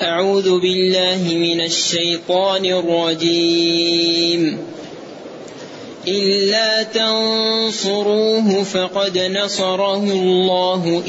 أعوذ بالله من الشيطان الرجيم. إلا تنصروه فقد نصره الله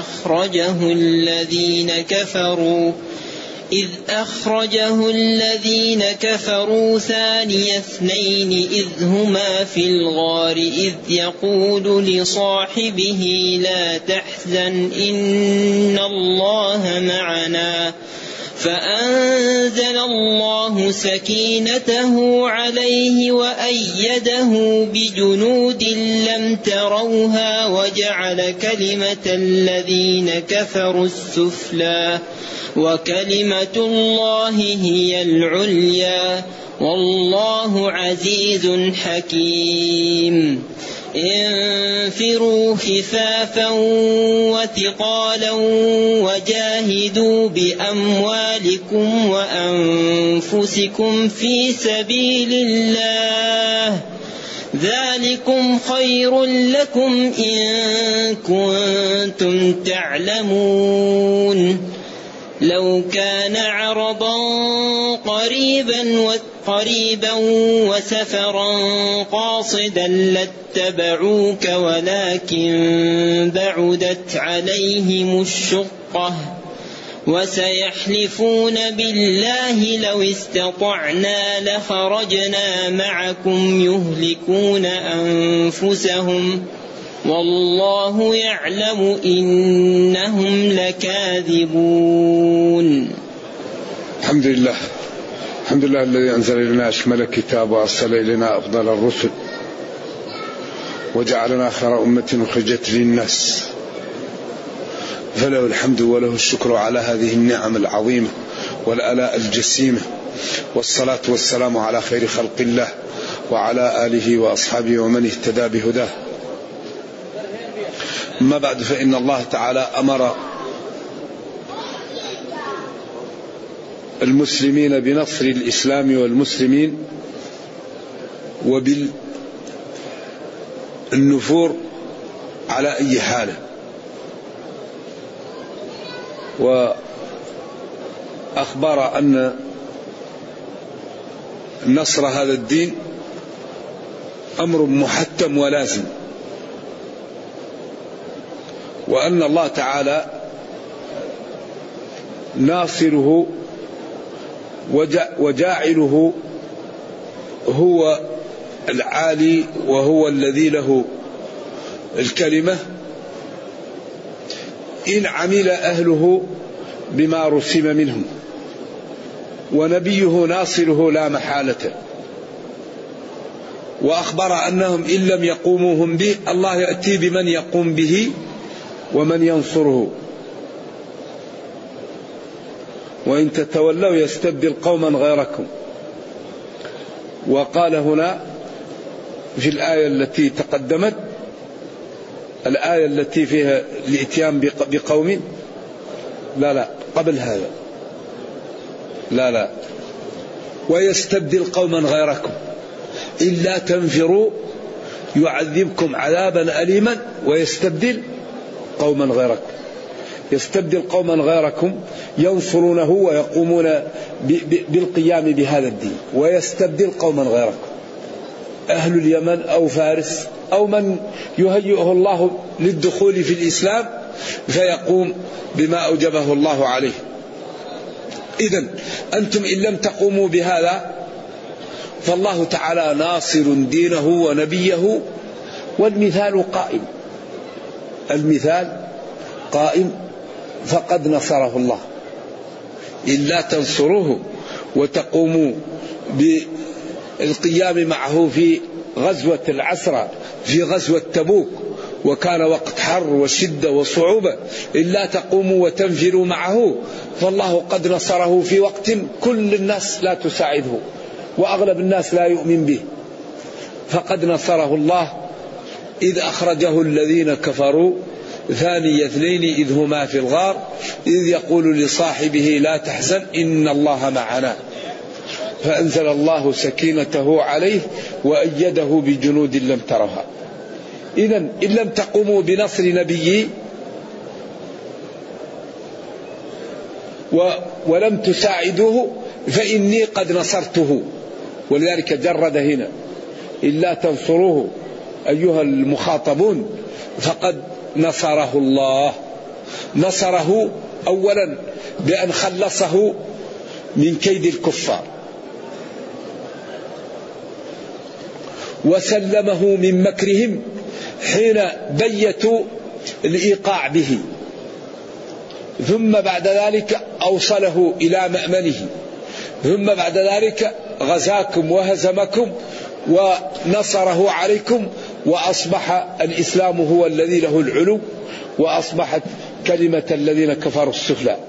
إذ أخرجه الذين كفروا ثاني اثنين إذ هما في الغار إذ يقول لصاحبه لا تحزن إن الله معنا فأنزل الله سكينته عليه وأيده بجنود لم تروها وجعل كلمة الذين كفروا السفلى وكلمة الله هي العليا والله عزيز حكيم. انفروا خفافا وثقالا وجاهدوا بأموالكم وأنفسكم في سبيل الله ذلكم خير لكم إن كنتم تعلمون. لو كان عرضا قريبا وسفرا قاصدا لاتبعوك ولكن بعدت عليهم الشقة وسيحلفون بالله لو استطعنا لخرجنا معكم يهلكون أنفسهم والله يعلم إنهم لكاذبون. الحمد لله الذي أنزل إلينا أشمل الكتاب وأرسل إلينا أفضل الرسل وجعلنا خير أمة أخرجت للناس فله الحمد وله الشكر على هذه النعم العظيمة والآلاء الجسيمة، والصلاة والسلام على خير خلق الله وعلى آله وأصحابه ومن اهتدى بهداه. أما بعد، فإن الله تعالى أمر المسلمين بنصر الإسلام والمسلمين وبالنفور على أي حال، وأخبر أن نصر هذا الدين أمر محتم ولازم، وأن الله تعالى ناصره وجاعله هو العالي وهو الذي له الكلمة إن عمل أهله بما رسم منهم، ونبيه ناصره لا محالة. وأخبر أنهم إن لم يقوموا هم به الله يأتي بمن يقوم به ومن ينصره، وإن تتولوا يستبدل قوما غيركم. وقال هنا في الآية التي تقدمت، الآية التي فيها الإتيان بقوم قبل هذا ويستبدل قوما غيركم إلا تنفروا يعذبكم عذابا أليما ويستبدل قوما غيركم. يستبدل قوما غيركم ينصرونه ويقومون بالقيام بهذا الدين، ويستبدل قوما غيركم أهل اليمن أو فارس أو من يهيئه الله للدخول في الإسلام فيقوم بما أوجبه الله عليه. إذن أنتم إن لم تقوموا بهذا فالله تعالى ناصر دينه ونبيه، والمثال قائم، المثال قائم، فقد نصره الله. إلا تنصروه وتقوموا بالقيام معه في غزوة العسرة، في غزوة تبوك، وكان وقت حر وشدة وصعوبة، إلا تقوموا وتنفروا معه فالله قد نصره في وقت كل الناس لا تساعده وأغلب الناس لا يؤمن به. فقد نصره الله إذ أخرجه الذين كفروا ثاني اثنين إذ هما في الغار إذ يقول لصاحبه لا تحزن إن الله معنا فأنزل الله سكينته عليه وأيده بجنود لم ترها. إذن إن لم تقوموا بنصر نبيي ولم تساعدوه فإني قد نصرته. ولذلك جرد هنا إلا تنصروه أيها المخاطبون فقد نصره الله. نصره أولا بأن خلصه من كيد الكفار، وسلمه من مكرهم حين بيتوا الإيقاع به، ثم بعد ذلك أوصله إلى مأمنه، ثم بعد ذلك غزاكم وهزمكم ونصره عليكم، وأصبح الإسلام هو الذي له العلو، وأصبحت كلمة الذين كفروا السفلى.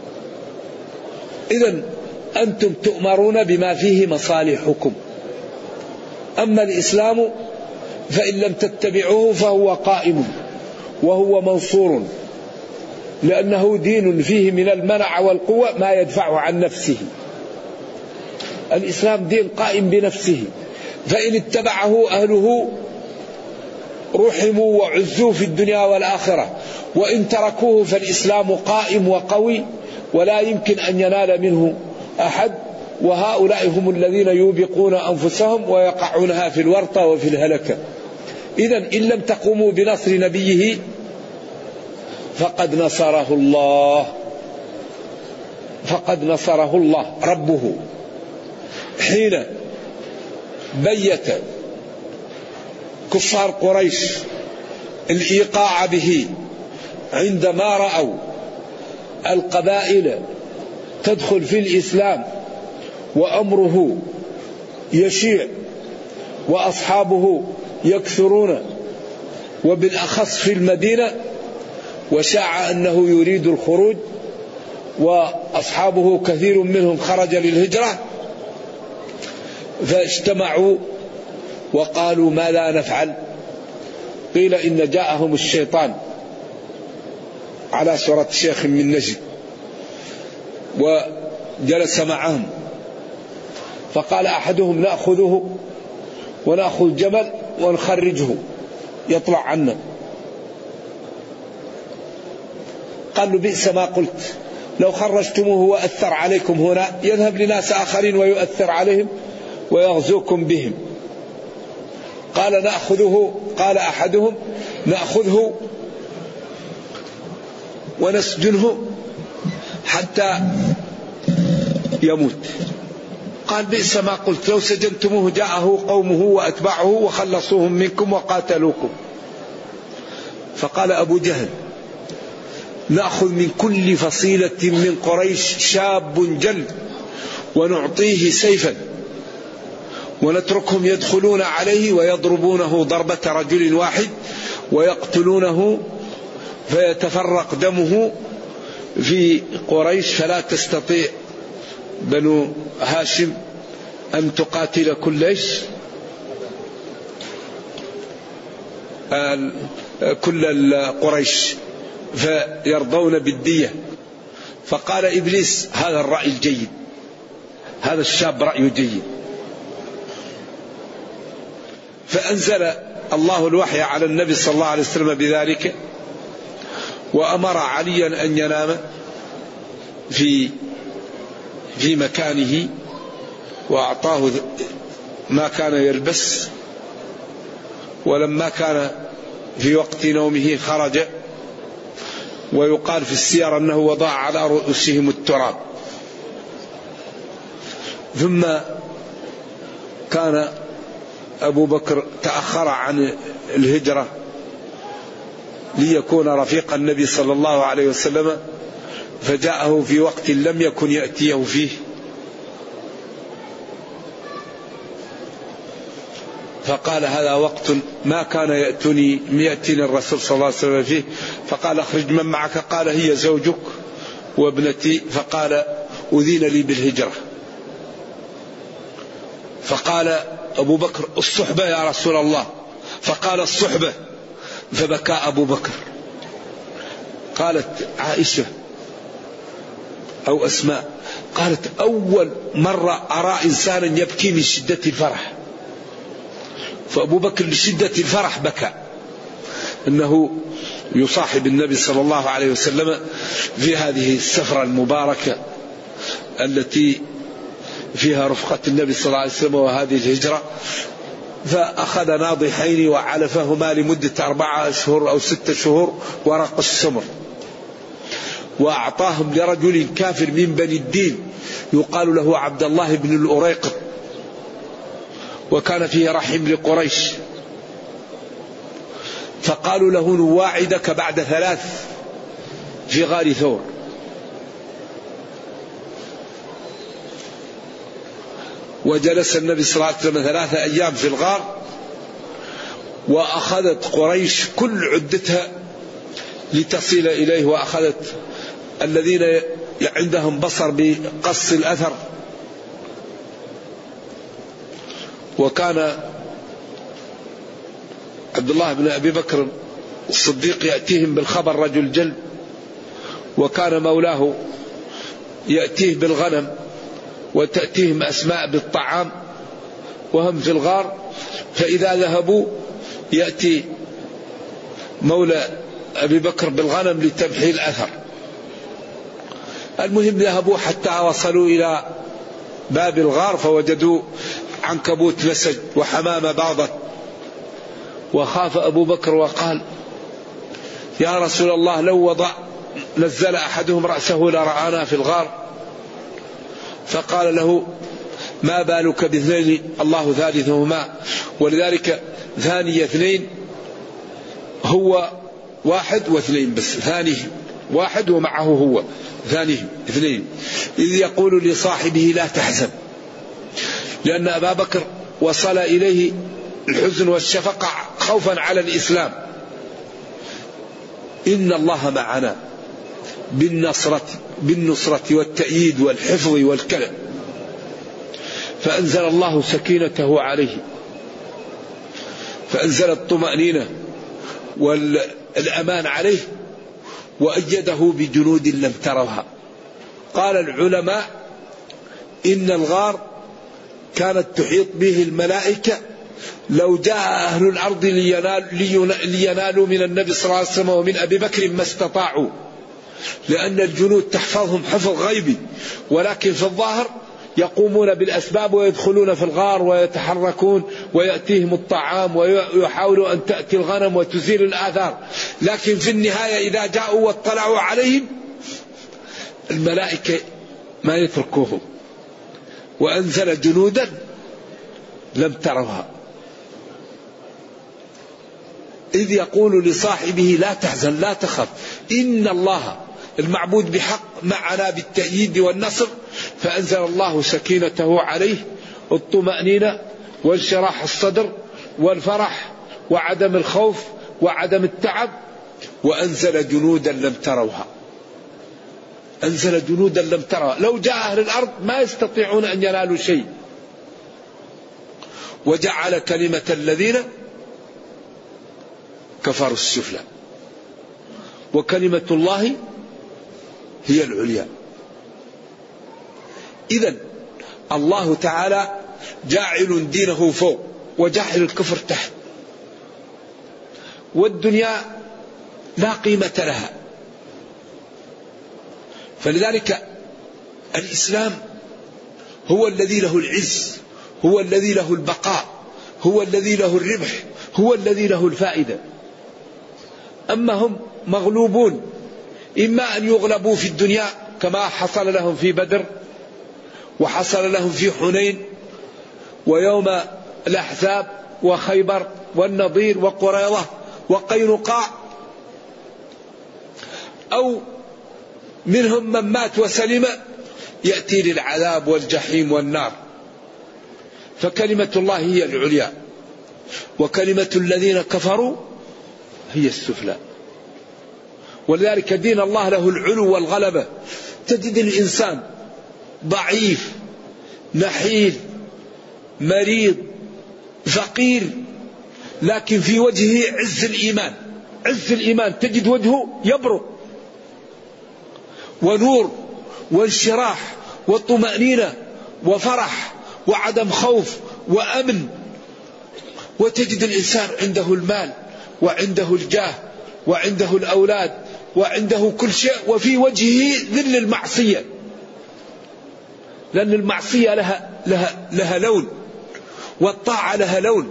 إذن أنتم تؤمرون بما فيه مصالحكم، أما الإسلام فإن لم تتبعوه فهو قائم وهو منصور، لأنه دين فيه من المنع والقوة ما يدفع عن نفسه. الإسلام دين قائم بنفسه، فإن اتبعه أهله رحموا وعزوا في الدنيا والآخرة، وإن تركوه فالإسلام قائم وقوي ولا يمكن أن ينال منه أحد، وهؤلاء هم الذين يوبقون أنفسهم ويقعونها في الورطة وفي الهلكة. إذن إن لم تقوموا بنصر نبيه فقد نصره الله، فقد نصره الله ربه حين بيت كفار قريش الإيقاع به عندما رأوا القبائل تدخل في الإسلام وأمره يشيع وأصحابه يكثرون، وبالأخص في المدينة، وشاع أنه يريد الخروج وأصحابه كثير منهم خرج للهجرة، فاجتمعوا وقالوا ماذا نفعل؟ قيل إن جاءهم الشيطان على صورة شيخ من نجد وجلس معهم، فقال أحدهم نأخذه ونأخذ جمل ونخرجه يطلع عنا. قالوا بئس ما قلت، لو خرجتموه وأثر عليكم هنا يذهب لناس آخرين ويؤثر عليهم ويغزوكم بهم. قال نأخذه، قال أحدهم نأخذه ونسجنه حتى يموت. قال بئس ما قلت، لو سجنتموه جاءه قومه وأتباعه وخلصوهم منكم وقاتلوكم. فقال أبو جهل نأخذ من كل فصيلة من قريش شاب جلد ونعطيه سيفا ونتركهم يدخلون عليه ويضربونه ضربة رجل واحد ويقتلونه فيتفرق دمه في قريش، فلا تستطيع بنو هاشم أن تقاتل كل قريش فيرضون بالدية. فقال إبليس هذا الرأي الجيد، هذا الشاب رأيه جيد. فأنزل الله الوحي على النبي صلى الله عليه وسلم بذلك، وأمر عليا أن ينام في مكانه، وأعطاه ما كان يلبس، ولما كان في وقت نومه خرج، ويقال في السير أنه وضع على رؤوسهم التراب. ثم كان أبو بكر تأخر عن الهجرة ليكون رفيق النبي صلى الله عليه وسلم، فجاءه في وقت لم يكن يأتيه فيه، فقال هذا وقت ما كان يأتيني الرسول صلى الله عليه وسلم فيه. فقال اخرج من معك، قال هي زوجك وابنتي. فقال أذين لي بالهجرة. فقال أبو بكر الصحبة يا رسول الله، فقال الصحبة، فبكى أبو بكر. قالت عائشة أو أسماء قالت أول مرة أرى إنسانا يبكي من شدة الفرح، فأبو بكر لشدة الفرح بكى. أنه يصاحب النبي صلى الله عليه وسلم في هذه السفرة المباركة التي فيها رفقة النبي صلى الله عليه وسلم وهذه الهجرة. فأخذ ناضحين وعلفهما لمدة 4 أشهر أو 6 شهور ورق السمر، وأعطاهم لرجل كافر من بني الدين يقال له عبد الله بن الأريقط، وكان فيه رحم لقريش. فقالوا له نواعدك بعد 3 في غار ثور. وجلس النبي صلى الله عليه وسلم 3 أيام في الغار، وأخذت قريش كل عدتها لتصل إليه، وأخذت الذين عندهم بصر بقص الأثر. وكان عبد الله بن أبي بكر الصديق يأتيهم بالخبر رجل جلد، وكان مولاه يأتيه بالغنم، وتأتيهم أسماء بالطعام وهم في الغار. فإذا ذهبوا يأتي مولى أبي بكر بالغنم لتمحي الأثر. المهم ذهبوا حتى وصلوا إلى باب الغار، فوجدوا عنكبوت نسج وحمامة باضت. وخاف أبو بكر وقال يا رسول الله لو نزل أحدهم رأسه لرآنا في الغار. فقال له ما بالك باثنين الله ثالثهما. ولذلك ثاني 2 هو 1 و2 بس، ثانيه 1 ومعه هو ثانيه 2. إذ يقول لصاحبه لا تحزن، لأن أبا بكر وصل إليه الحزن والشفقة خوفا على الإسلام. إن الله معنا بالنصرة والتأييد والحفظ والكلام. فأنزل الله سكينته عليه، فأنزل الطمأنينة والأمان عليه، وأيده بجنود لم تروها. قال العلماء إن الغار كانت تحيط به الملائكة، لو جاء أهل الأرض لينالوا من النبي صلى الله عليه وسلم ومن أبي بكر ما استطاعوا، لأن الجنود تحفظهم حفظ غيبي، ولكن في الظاهر يقومون بالأسباب ويدخلون في الغار ويتحركون ويأتيهم الطعام ويحاولوا أن تأتي الغنم وتزيل الآثار. لكن في النهاية إذا جاءوا واطلعوا عليهم الملائكة ما يتركوهم، وأنزل جنودا لم تروها. إذ يقول لصاحبه لا تحزن لا تخف إن الله المعبود بحق معنا بالتأييد والنصر. فأنزل الله سكينته عليه، الطمأنينة وانشراح الصدر والفرح وعدم الخوف وعدم التعب، وأنزل جنودا لم تروها. أنزل جنودا لم تروها، لو جاء أهل الأرض ما يستطيعون أن ينالوا شيء. وجعل كلمة الذين كفروا السفلى وكلمة الله هي العليا. إذن الله تعالى جاعل دينه فوق وجاعل الكفر تحت، والدنيا لا قيمة لها. فلذلك الإسلام هو الذي له العز، هو الذي له البقاء، هو الذي له الربح، هو الذي له الفائدة. أما هم مغلوبون، إما أن يغلبوا في الدنيا كما حصل لهم في بدر وحصل لهم في حنين ويوم الأحزاب وخيبر والنضير وقريظة وقينقاع، أو منهم من مات وسلم يأتي للعذاب والجحيم والنار. فكلمة الله هي العليا، وكلمة الذين كفروا هي السفلى. ولذلك دين الله له العلو والغلبة. تجد الإنسان ضعيف نحيل مريض فقير، لكن في وجهه عز الإيمان، عز الإيمان، تجد وجهه يبرق ونور وانشراح وطمأنينة وفرح وعدم خوف وأمن. وتجد الإنسان عنده المال وعنده الجاه وعنده الأولاد وعنده كل شيء، وفي وجهه ذل المعصية، لأن المعصية لها لون والطاعة لها لون.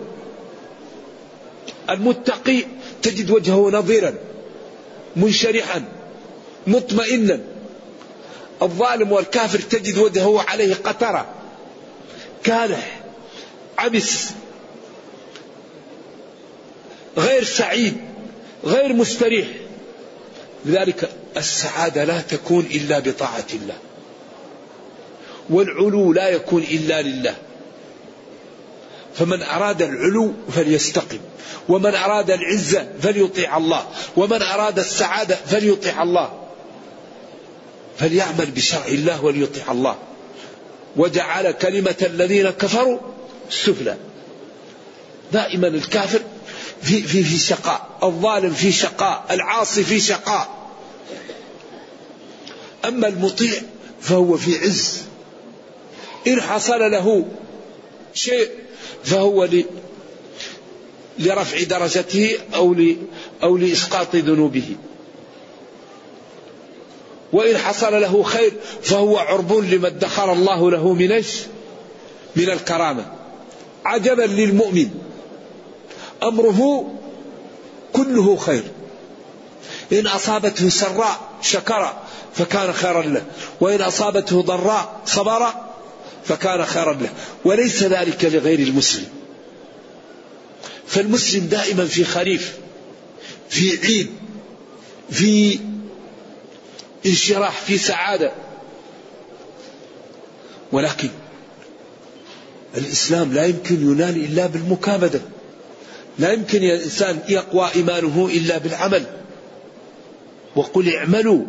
المتقي تجد وجهه نظيرا منشرحا مطمئنا، الظالم والكافر تجد وجهه عليه قطرة كالح عبس غير سعيد غير مستريح. لذلك السعادة لا تكون إلا بطاعة الله، والعلو لا يكون إلا لله. فمن أراد العلو فليستقم، ومن أراد العزة فليطيع الله، ومن أراد السعادة فليطيع الله، فليعمل بشرع الله وليطيع الله. وجعل كلمة الذين كفروا السفلى. دائما الكافر في شقاء، الظالم في شقاء، العاصي في شقاء. أما المطيع فهو في عز، إن حصل له شيء فهو لرفع درجته أو لإسقاط ذنوبه، وإن حصل له خير فهو عربون لما ادخر الله له من الكرامة. عجبا للمؤمن أمره كله خير، إن أصابته سراء شكر فكان خيرا له، وإن أصابته ضراء صبر فكان خيرا له، وليس ذلك لغير المسلم. فالمسلم دائما في خريف، في عيد، في انشراح، في سعادة. ولكن الإسلام لا يمكن ينال إلا بالمكابدة، لا يمكن الإنسان يقوى إيمانه إلا بالعمل. وقل اعملوا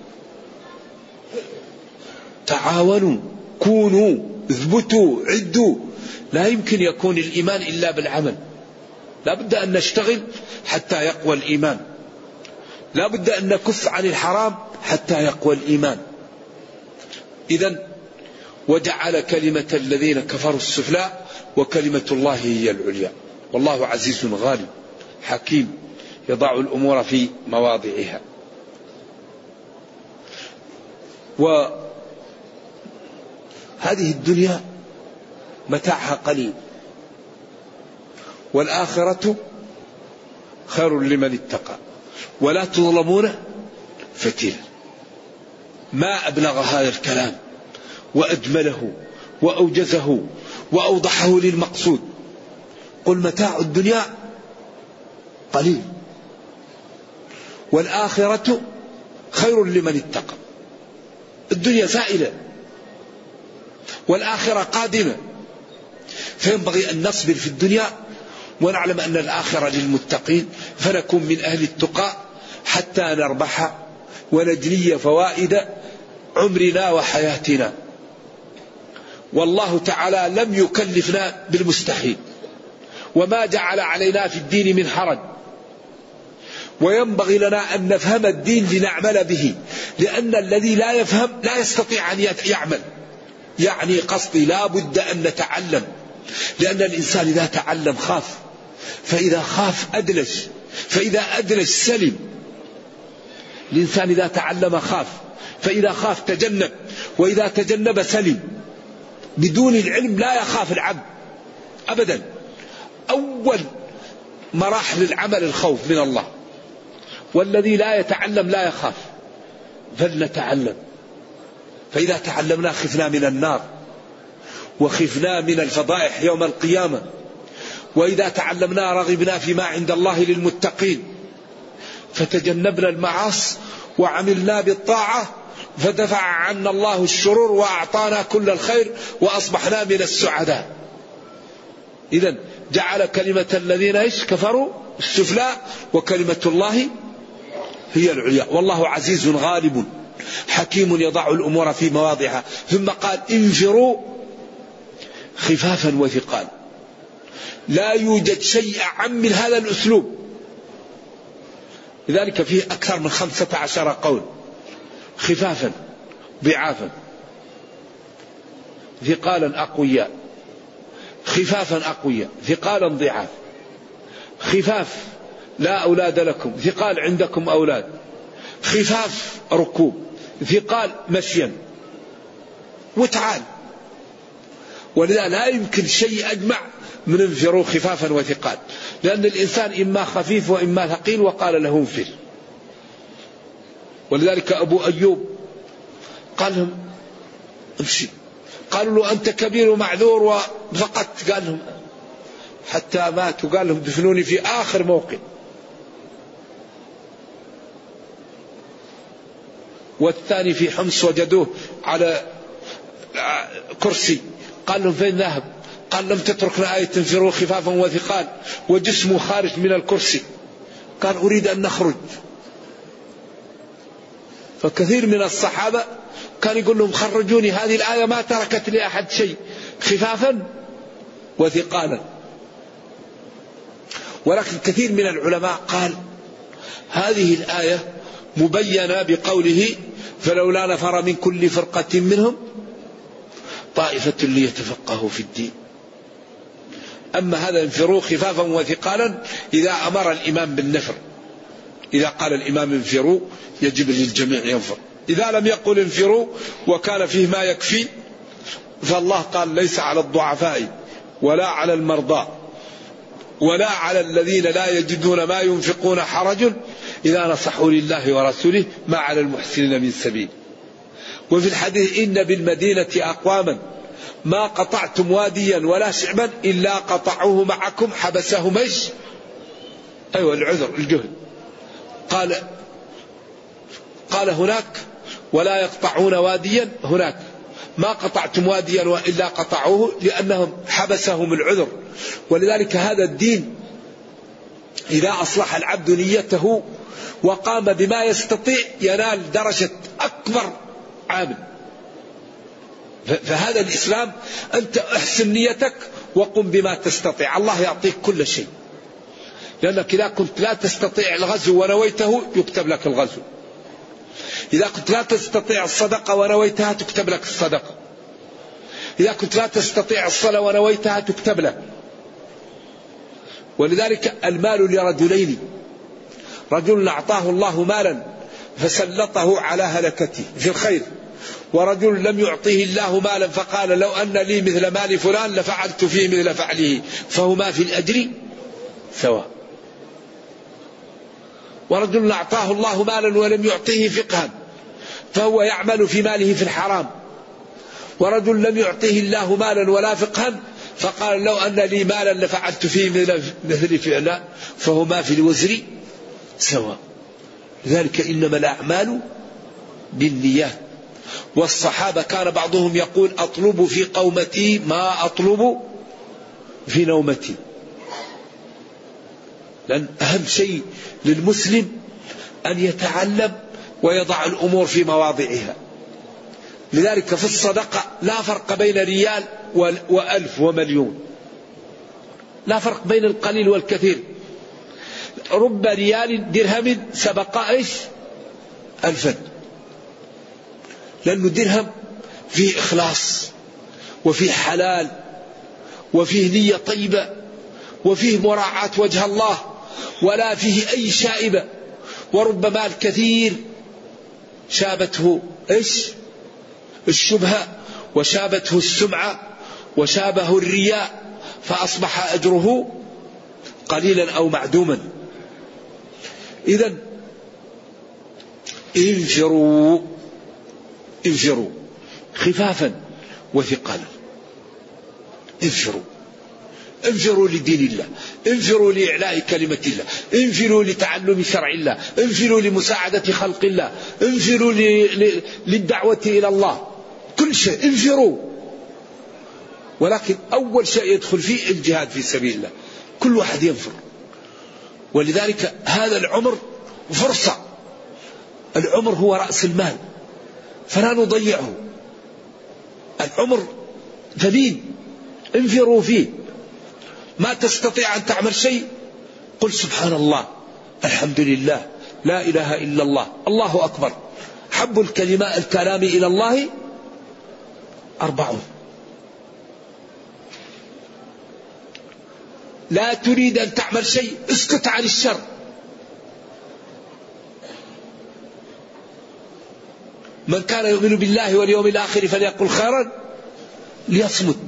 تعاونوا كونوا اثبتوا عدوا. لا يمكن يكون الإيمان إلا بالعمل. لا بد أن نشتغل حتى يقوى الإيمان، لا بد أن نكف عن الحرام حتى يقوى الإيمان. إذن وجعل كلمة الذين كفروا السفلى وكلمة الله هي العليا والله عزيز غالب حكيم يضع الأمور في مواضعها. وهذه الدنيا متاعها قليل، والآخرة خير لمن اتقى ولا تظلمون فتيلا. ما أبلغ هذا الكلام وأجمله وأوجزه وأوضحه للمقصود. قل متاع الدنيا قليل والآخرة خير لمن اتقى. الدنيا زائلة والآخرة قادمة، فينبغي أن نصبر في الدنيا ونعلم أن الآخرة للمتقين، فنكون من أهل التقى حتى نربح ونجني فوائد عمرنا وحياتنا. والله تعالى لم يكلفنا بالمستحيل، وما جعل علينا في الدين من حرج، وينبغي لنا أن نفهم الدين لنعمل به، لأن الذي لا يفهم لا يستطيع أن يعمل. يعني قصدي لا بد أن نتعلم، لأن الإنسان إذا تعلم خاف، فإذا خاف أدلج، فإذا أدلج سلم. الإنسان إذا تعلم خاف، فإذا خاف تجنب، وإذا تجنب سلم. بدون العلم لا يخاف العبد أبدا. أول مراحل العمل الخوف من الله، والذي لا يتعلم لا يخاف. فلنتعلم، فإذا تعلمنا خفنا من النار وخفنا من الفضائح يوم القيامة، وإذا تعلمنا رغبنا فيما عند الله للمتقين، فتجنبنا المعاصي وعملنا بالطاعة، فدفع عنا الله الشرور وأعطانا كل الخير وأصبحنا من السعداء. إذن جعل كلمة الذين كفروا السفلى وكلمة الله هي العليا والله عزيز غالب حكيم يضع الأمور في مواضعها. ثم قال انفروا خفافا وثقالا. لا يوجد شيء أعم من هذا الأسلوب، لذلك فيه أكثر من 15 قول. خفافا ضعافا، ثقالا أقوياء، خفافا أقوياء، ثقالا ضعاف. خفاف لا أولاد لكم، ثقال عندكم أولاد، خفاف ركوب، ثقال مشيا، وتعال. ولذا لا يمكن شيء أجمع من انفروا خفافا وثقال، لأن الإنسان إما خفيف وإما ثقيل، وقال له انفر. ولذلك أبو أيوب قال لهم امشي، قالوا له أنت كبير ومعذور وفقدت، قال لهم حتى ماتوا، قال لهم دفنوني في آخر موقع. والثاني في حمص وجدوه على كرسي، قال لهم فين ذهب؟ قال لم تتركنا آية تنفروا خفافا وثقال، وجسمه خارج من الكرسي، قال أريد أن نخرج. فكثير من الصحابة كان يقول لهم خرجوني، هذه الآية ما تركت لأحد شيء، خفافا وثقالا. ولكن كثير من العلماء قال هذه الآية مبينة بقوله فلولا نفر من كل فرقة منهم طائفة ليتفقهوا في الدين. أما هذا انفروا خفافا وثقالا إذا أمر الإمام بالنفر، إذا قال الإمام انفروا يجب للجميع ينفر. إذا لم يقل انفروا وكان فيه ما يكفي، فالله قال ليس على الضعفاء ولا على المرضى ولا على الذين لا يجدون ما ينفقون حرج إذا نصحوا لله ورسوله ما على المحسنين من سبيل. وفي الحديث إن بالمدينة أقواما ما قطعتم واديا ولا شعبا إلا قطعوه معكم حبسهم ايش؟ أيوة العذر الجهد. قال هناك ولا يقطعون واديا، هناك ما قطعتم واديا وإلا قطعوه لأنهم حبسهم العذر. ولذلك هذا الدين إذا أصلح العبد نيته وقام بما يستطيع ينال درجة أكبر عامل. فهذا الإسلام أنت احسن نيتك وقم بما تستطيع، الله يعطيك كل شيء. لأنك إذا كنت لا تستطيع الغزو ونويته يكتب لك الغزو، إذا كنت لا تستطيع الصدقة ونويتها تكتب لك الصدقة، إذا كنت لا تستطيع الصلاة ونويتها تكتب لك. ولذلك المال لرجلين، رجل أعطاه الله مالا فسلطه على هلكته في الخير، ورجل لم يعطيه الله مالا فقال لو أن لي مثل مال فلان لفعلت فيه مثل فعله، فهما في الأجر سواء. ورجل أعطاه الله مالا ولم يعطيه فقها فهو يعمل في ماله في الحرام، ورجل لم يعطيه الله مالا ولا فقها فقال لو أن لي مالا لفعلت فيه مثل فعله، فهما في الوزر سواء. لذلك إنما الأعمال بالنيات. والصحابة كان بعضهم يقول أطلب في قومتي ما أطلب في نومتي، لأن أهم شيء للمسلم أن يتعلم ويضع الأمور في مواضعها. لذلك في الصدقة لا فرق بين ريال وألف ومليون، لا فرق بين القليل والكثير. رب ريال درهم سبق ايش؟ ألفا، لأنه درهم فيه إخلاص وفيه حلال وفيه نية طيبة وفيه مراعاة وجه الله ولا فيه أي شائبة. وربما الكثير شابته ايش؟ الشبهة وشابته السمعة وشابه الرياء، فأصبح أجره قليلا أو معدوما. إذا انفروا خفافا وثقالا، انفروا لدين الله، انفروا لإعلاء كلمة الله، انفروا لتعلم شرع الله، انفروا لمساعدة خلق الله، انفروا للدعوة إلى الله، كل شيء انفروا. ولكن أول شيء يدخل فيه الجهاد في سبيل الله، كل واحد ينفر. ولذلك هذا العمر فرصة، العمر هو رأس المال فلا نضيعه، العمر ثمين، انفروا فيه. ما تستطيع أن تعمل شيء قل سبحان الله الحمد لله لا إله إلا الله الله أكبر. حب الكلام إلى الله 40. لا تريد أن تعمل شيء اسكت عن الشر من كان يؤمن بالله واليوم الآخر فليقل خيرا ليصمت.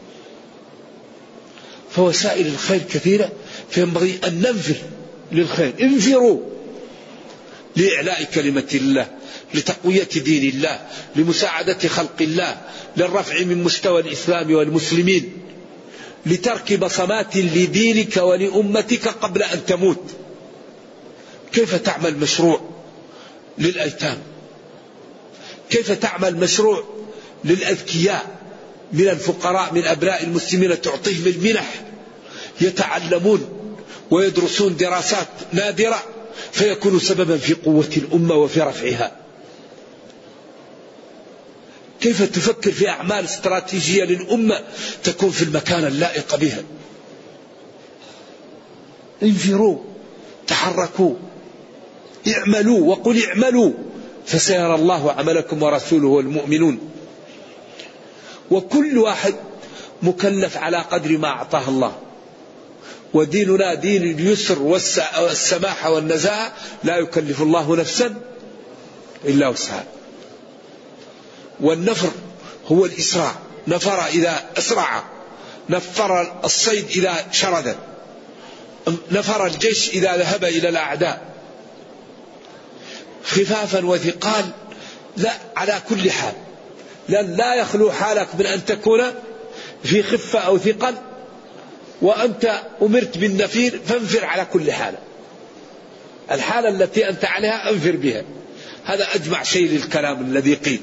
فوسائل الخير كثيرة، فينبغي أن ننفر للخير. انفروا لإعلاء كلمة الله، لتقوية دين الله، لمساعدة خلق الله، للرفع من مستوى الإسلام والمسلمين، لترك بصمات لدينك ولأمتك قبل أن تموت. كيف تعمل مشروع للأيتام؟ كيف تعمل مشروع للأذكياء من الفقراء من أبناء المسلمين، تعطيهم المنح يتعلمون ويدرسون دراسات نادرة فيكون سببا في قوة الأمة وفي رفعها. كيف تفكر في أعمال استراتيجية للأمة تكون في المكان اللائق بها. انفروا، تحركوا، اعملوا، وقل اعملوا فسيرى الله عملكم ورسوله والمؤمنون. وكل واحد مكلف على قدر ما أعطاه الله، وديننا دين اليسر والسماحة والنزاهة، لا يكلف الله نفسا إلا وسعها. والنفر هو الإسراع، نفر إذا أسرع، نفر الصيد إذا شرد، نفر الجيش إذا ذهب إلى الأعداء. خفافا وثقال، لا على كل حال، لأن لا يخلو حالك من أن تكون في خفة أو ثقل، وأنت أمرت بالنفير فانفر على كل حال. الحالة التي أنت عليها أنفر بها. هذا أجمع شيء للكلام الذي قيل.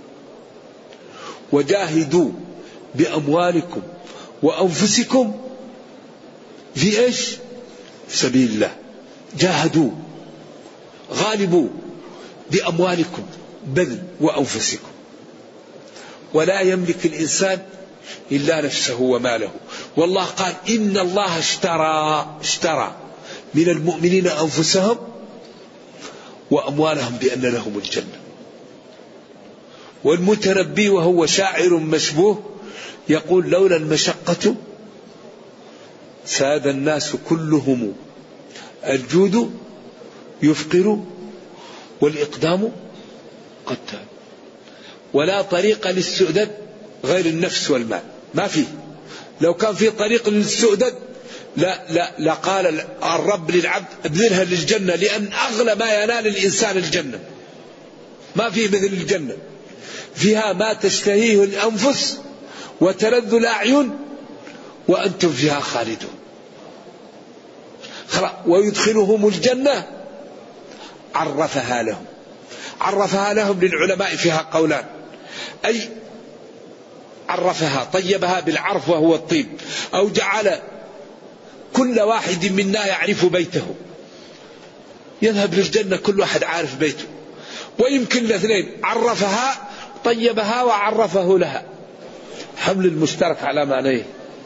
وجاهدوا بأموالكم وأنفسكم في إيش؟ في سبيل الله. جاهدوا، غالبوا بأموالكم، بذل وأنفسكم. ولا يملك الإنسان إلا نفسه وماله. والله قال إن الله اشترى من المؤمنين أنفسهم وأموالهم بأن لهم الجنة. والمتنبي وهو شاعر مشبوه يقول لولا المشقة ساد الناس كلهم، الجود يفقر والإقدام قتال. ولا طريق للسؤدد غير النفس والمال، ما فيه. لو كان في طريق للسؤدد لا قال الرب للعبد ابذلها للجنة، لأن أغلى ما ينال الإنسان الجنة. ما فيه مثل الجنة، فيها ما تشتهيه الأنفس وتلذ الأعين وأنتم فيها خالدون. ويدخلهم الجنة عرفها لهم للعلماء فيها قولان. أي عرفها، طيبها بالعرف وهو الطيب، أو جعل كل واحد منا يعرف بيته، يذهب للجنة كل واحد عارف بيته. ويمكن الاثنين، عرفها طيبها وعرفه لها، حمل المشترك على معنيه.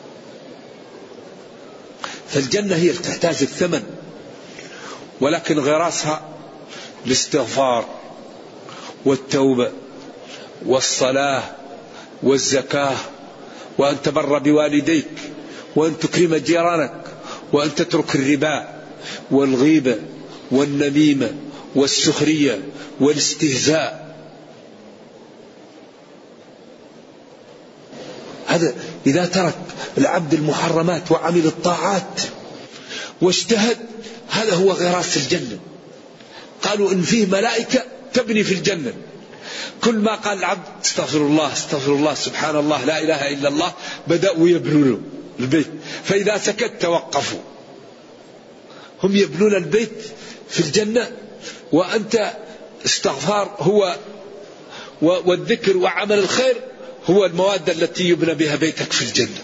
فالجنة هي تحتاج الثمن، ولكن غراسها الاستغفار والتوبة والصلاة والزكاة، وأن تبر بوالديك، وأن تكرم جيرانك، وأن تترك الربا والغيبة والنميمة والسخرية والاستهزاء. هذا إذا ترك العبد المحرمات وعمل الطاعات واجتهد، هذا هو غراس الجنة. قالوا إن فيه ملائكة تبني في الجنة، كل ما قال العبد استغفر الله استغفر الله سبحان الله لا إله إلا الله، بدأوا يبنوا له البيت. فإذا سكت توقفوا. هم يبنون البيت في الجنة، وأنت استغفار هو والذكر وعمل الخير هو المواد التي يبنى بها بيتك في الجنة.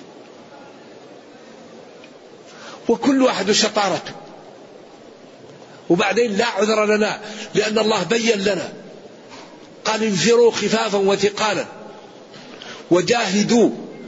وكل واحد شطارته. وبعدين لا عذر لنا، لأن الله بين لنا، قال انفروا خفافا وثقالا وجاهدوا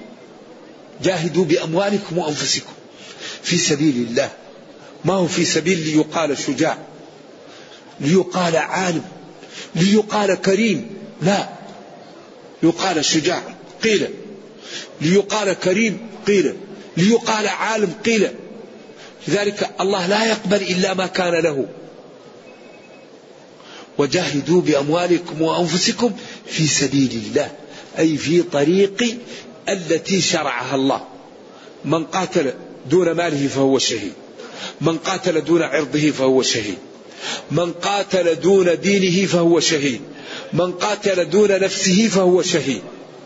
بأموالكم وأنفسكم في سبيل الله. ما هو في سبيل ليقال شجاع، ليقال عالم، ليقال كريم، لا، يقال شجاع قيل، ليقال كريم قيل، ليقال عالم قيل. لذلك الله لا يقبل إلا ما كان له. وجاهدوا بأموالكم وأنفسكم في سبيل الله، أي في طريق التي شرعها الله. من قاتل دون ماله فهو شهيد، من قاتل دون عرضه فهو شهيد، من قاتل دون دينه فهو شهيد، من قاتل دون نفسه فهو شهيد.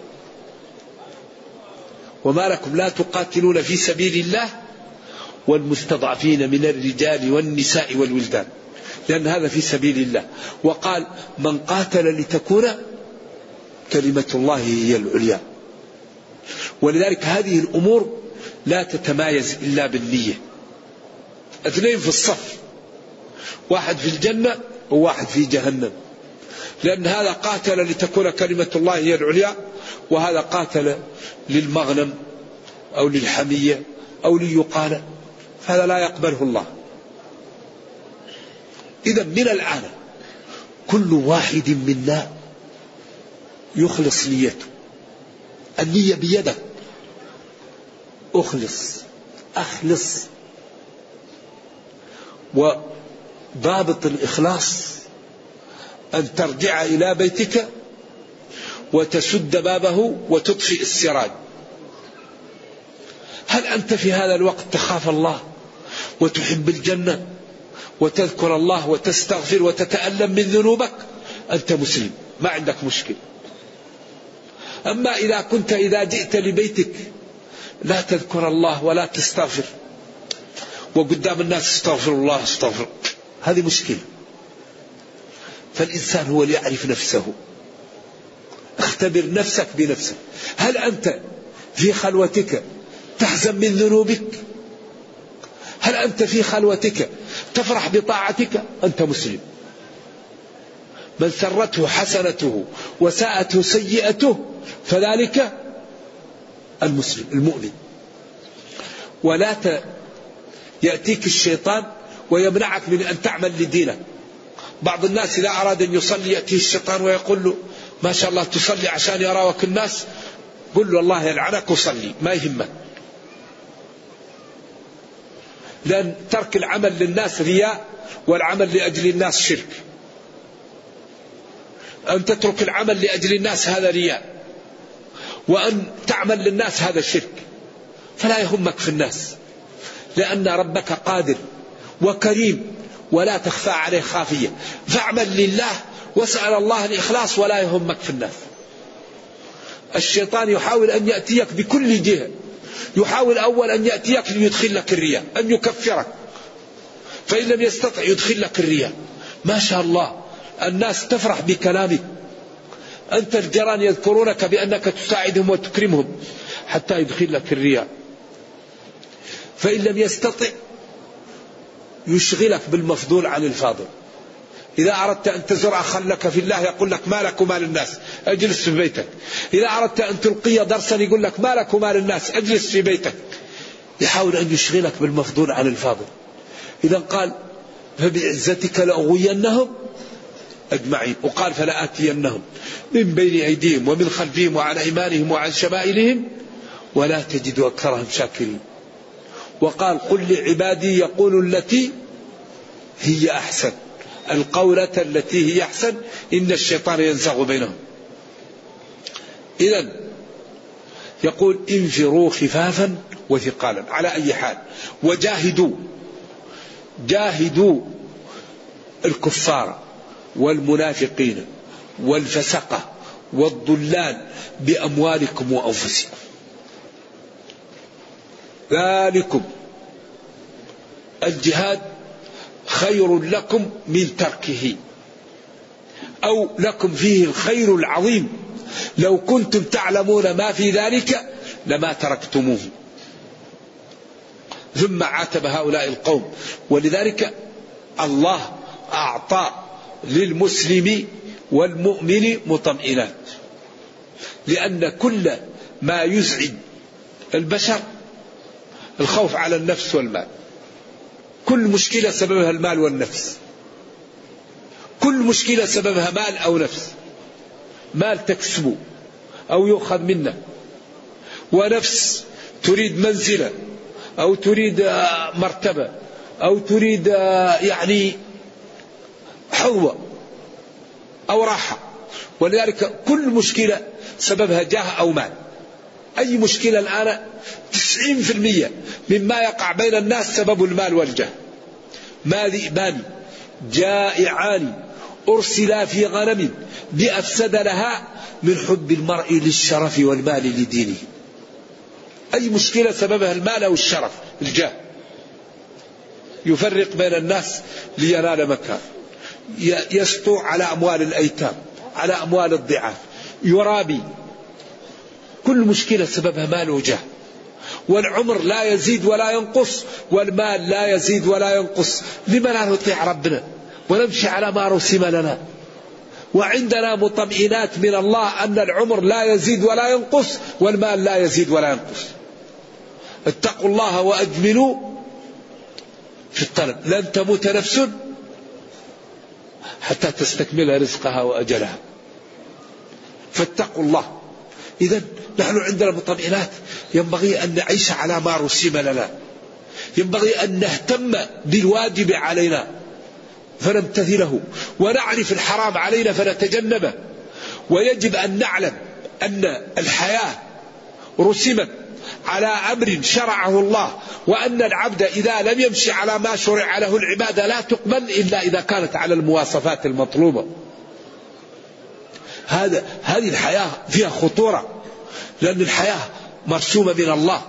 وما لكم لا تقاتلون في سبيل الله والمستضعفين من الرجال والنساء والولدان، لأن هذا في سبيل الله. وقال من قاتل لتكون كلمة الله هي العليا. ولذلك هذه الأمور لا تتمايز إلا بالنية. اثنين في الصف، واحد في الجنة وواحد في جهنم، لأن هذا قاتل لتكون كلمة الله هي العليا، وهذا قاتل للمغنم أو للحمية أو ليقال، هذا لا يقبله الله. إذا من الآن كل واحد منا يخلص نيته. النية بيدك، أخلص. وضابط الإخلاص أن ترجع إلى بيتك وتسد بابه وتطفئ السراج. هل أنت في هذا الوقت تخاف الله وتحب الجنة وتذكر الله وتستغفر وتتألم من ذنوبك؟ أنت مسلم، ما عندك مشكلة. أما إذا كنت إذا جئت لبيتك لا تذكر الله ولا تستغفر، وقدام الناس استغفر الله استغفر، هذه مشكلة. فالإنسان هو اللي يعرف نفسه. اختبر نفسك بنفسك. هل أنت في خلوتك تحزن من ذنوبك؟ هل أنت في خلوتك تفرح بطاعتك؟ أنت مسلم. من سرته حسنته وساءته سيئته فذلك المسلم المؤمن. ولا يأتيك الشيطان ويمنعك من أن تعمل لدينك. بعض الناس إذا أراد أن يصلي يأتيه الشيطان ويقول له ما شاء الله تصلي عشان يراك الناس، قل له الله يلعنك وصلي، ما يهمك. لأن ترك العمل للناس رياء، والعمل لأجل الناس شرك. أن تترك العمل لأجل الناس هذا رياء، وأن تعمل للناس هذا شرك. فلا يهمك في الناس، لأن ربك قادر وكريم ولا تخفى عليه خافية. فاعمل لله واسأل الله الإخلاص ولا يهمك في الناس. الشيطان يحاول أن يأتيك بكل جهة. يحاول أول أن يأتيك ليدخل لك الرياء، أن يكفرك، فإن لم يستطع يدخل لك الرياء. ما شاء الله الناس تفرح بكلامك، أنت الجيران يذكرونك بأنك تساعدهم وتكرمهم، حتى يدخل لك الرياء. فإن لم يستطع يشغلك بالمفضول عن الفاضل. إذا أردت أن تزور أخا لك في الله يقول لك ما لك وما للناس، أجلس في بيتك. إذا أردت أن تلقي درسا يقول لك ما لك وما للناس، أجلس في بيتك. يحاول أن يشغلك بالمفضول عن الفاضل. إذا قال فبعزتك لأغوينهم أجمعين، وقال فلآتينهم من بين أيديهم ومن خلفهم وعن أيمانهم وعن شمائلهم ولا تجد أكثرهم شاكرين. وقال قل لعبادي يقولوا التي هي أحسن، القولة التي هي أحسن إن الشيطان ينزغ بينهم. إذن يقول انفروا خفافا وثقالا على أي حال، جاهدوا الكفار والمنافقين والفسقة والضلال بأموالكم وأنفسكم، ذلكم الجهاد خير لكم من تركه، أو لكم فيه الخير العظيم، لو كنتم تعلمون ما في ذلك لما تركتموه. ثم عاتب هؤلاء القوم. ولذلك الله أعطى للمسلم والمؤمن مطمئنات، لأن كل ما يزعج البشر الخوف على النفس والمال. كل مشكلة سببها المال والنفس، كل مشكلة سببها مال أو نفس. مال تكسبه أو يؤخذ منه، ونفس تريد منزلة أو تريد مرتبة أو تريد يعني حظوة. أو راحة. ولذلك كل مشكلة سببها جاه أو مال. أي مشكلة الآن 90% مما يقع بين الناس سبب المال والجاه. ما ذئبان جائعان أرسلا في غنم بأفسد لها من حب المرء للشرف والمال لدينه. أي مشكلة سببها المال أو الشرف الجاه. يفرق بين الناس لينال مكان، يسطو على أموال الأيتام، على أموال الضعاف، يرابي. كل مشكلة سببها مال وجاه. والعمر لا يزيد ولا ينقص، والمال لا يزيد ولا ينقص. لما لا نطيع ربنا ونمشي على ما رسم لنا؟ وعندنا مطمئنات من الله أن العمر لا يزيد ولا ينقص، والمال لا يزيد ولا ينقص. اتقوا الله وأجملوا في الطلب، لن تموت نفس حتى تستكمل رزقها وأجلها. فاتقوا الله. إذن نحن عندنا مطمئنات، ينبغي أن نعيش على ما رسم لنا، ينبغي أن نهتم بالواجب علينا فنمتثله، ونعرف الحرام علينا فنتجنبه. ويجب أن نعلم أن الحياة رسمت على أمر شرعه الله، وأن العبد إذا لم يمشي على ما شرع له العبادة لا تقبل إلا إذا كانت على المواصفات المطلوبة. هذه الحياة فيها خطورة، لأن الحياة مرسومة من الله.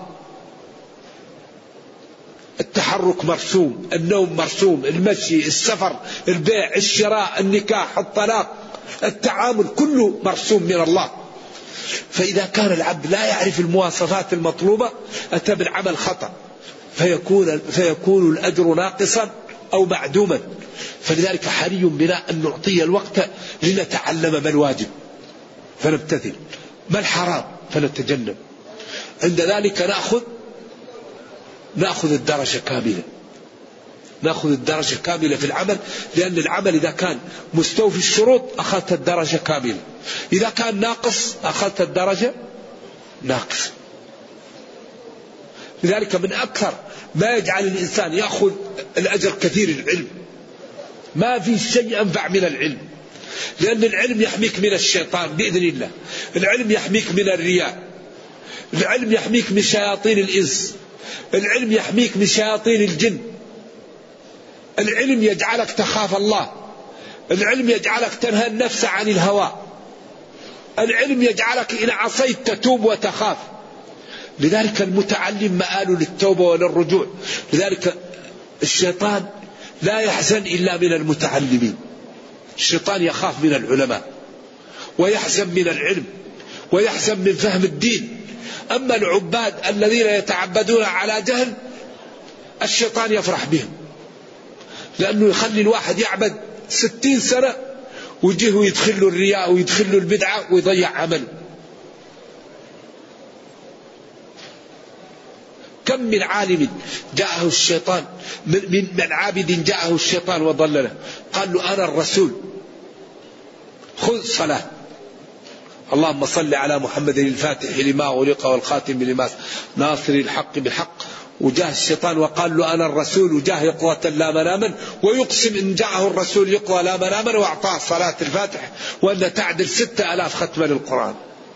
التحرك مرسوم، النوم مرسوم، المشي، السفر، البيع، الشراء، النكاح، الطلاق، التعامل، كله مرسوم من الله. فإذا كان العبد لا يعرف المواصفات المطلوبة أتى بالعمل خطأ، فيكون الأجر ناقصا أو معدوما. فلذلك حري بنا أن نعطي الوقت لنتعلم ما الواجب فنمتثل، ما الحرام فنتجنب. عند ذلك نأخذ الدرجة كاملة، نأخذ الدرجة كاملة في العمل، لأن العمل إذا كان مستوفي الشروط أخذت الدرجة كاملة، إذا كان ناقص أخذت الدرجة ناقص. لذلك من أكثر ما يجعل الإنسان يأخذ الأجر كثير العلم. ما في شيء أنفع من العلم، لأن العلم يحميك من الشيطان بإذن الله، العلم يحميك من الرياء، العلم يحميك من شياطين الإنس، العلم يحميك من شياطين الجن، العلم يجعلك تخاف الله، العلم يجعلك تنهى النفس عن الهوى، العلم يجعلك إن عصيت تتوب وتخاف. لذلك المتعلم مآل للتوبة وللرجوع. لذلك الشيطان لا يحزن إلا من المتعلمين. الشيطان يخاف من العلماء، ويحزن من العلم، ويحزن من فهم الدين. أما العباد الذين يتعبدون على جهل الشيطان يفرح بهم، لأنه يخلي الواحد يعبد 60 سنة ويجيه ويدخل له الرياء ويدخل له البدعة ويضيع عمله. كم من عالم جاءه الشيطان، من عابد جاءه الشيطان وضلله، قال له أنا الرسول خذ صلاة، اللهم صل على محمد الفاتح لما أغلق والخاتم لما ناصر الحق بالحق. وجاء الشيطان وقال له أنا الرسول، وجاء يقظة لا مناما، ويقسم إن جاءه الرسول يقظة لا مناما، وأعطاه صلاة الفاتح وأن تعدل 6000 ختمة للقرآن.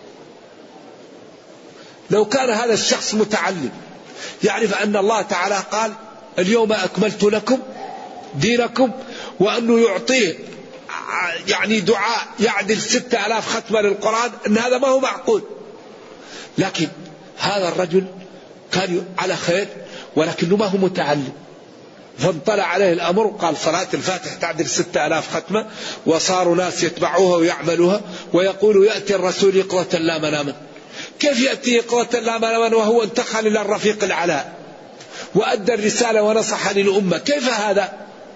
لو كان هذا الشخص متعلم يعرف أن الله تعالى قال اليوم أكملت لكم دينكم، وأنه يعطيه يعني دعاء يعدل 6000 ختمة للقرآن، أن هذا ما هو معقول. لكن هذا الرجل كان على خير ولكنه ما هو متعلم، فانطلع عليه الأمر وقال صلاة الفاتح تعدل 6000 ختمة، وصاروا ناس يتبعوها ويعملوها، ويقول يأتي الرسول يقظة لا مناما. كيف يأتي يقظة لا مناما وهو انتقل إلى الرفيق الأعلى وأدى الرسالة ونصح للأمة؟ كيف هذا؟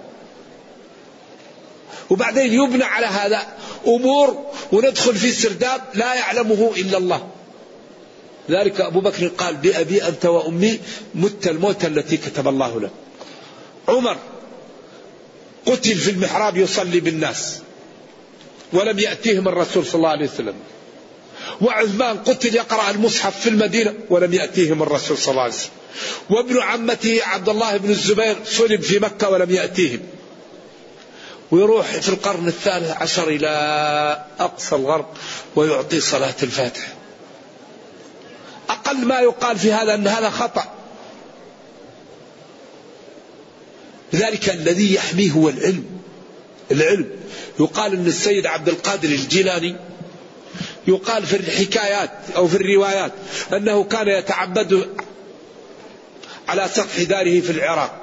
وبعدين يبنى على هذا أمور وندخل في سرداب لا يعلمه إلا الله. ذلك أبو بكر قال بأبي أنت وأمي مت الموت التي كتب الله له. عمر قتل في المحراب يصلي بالناس ولم يأتيهم الرسول صلى الله عليه وسلم. وعثمان قتل يقرأ المصحف في المدينة ولم يأتيهم الرسول صلى الله عليه وسلم. وابن عمته عبد الله بن الزبير صلب في مكة ولم يأتيهم. ويروح في القرن 13 إلى أقصى الغرب ويعطي صلاة الفاتحة. أقل ما يقال في هذا أن هذا خطأ. لذلك الذي يحميه هو العلم. يقال أن السيد عبد القادر الجيلاني يقال في الحكايات أو في الروايات أنه كان يتعبد على سطح داره في العراق،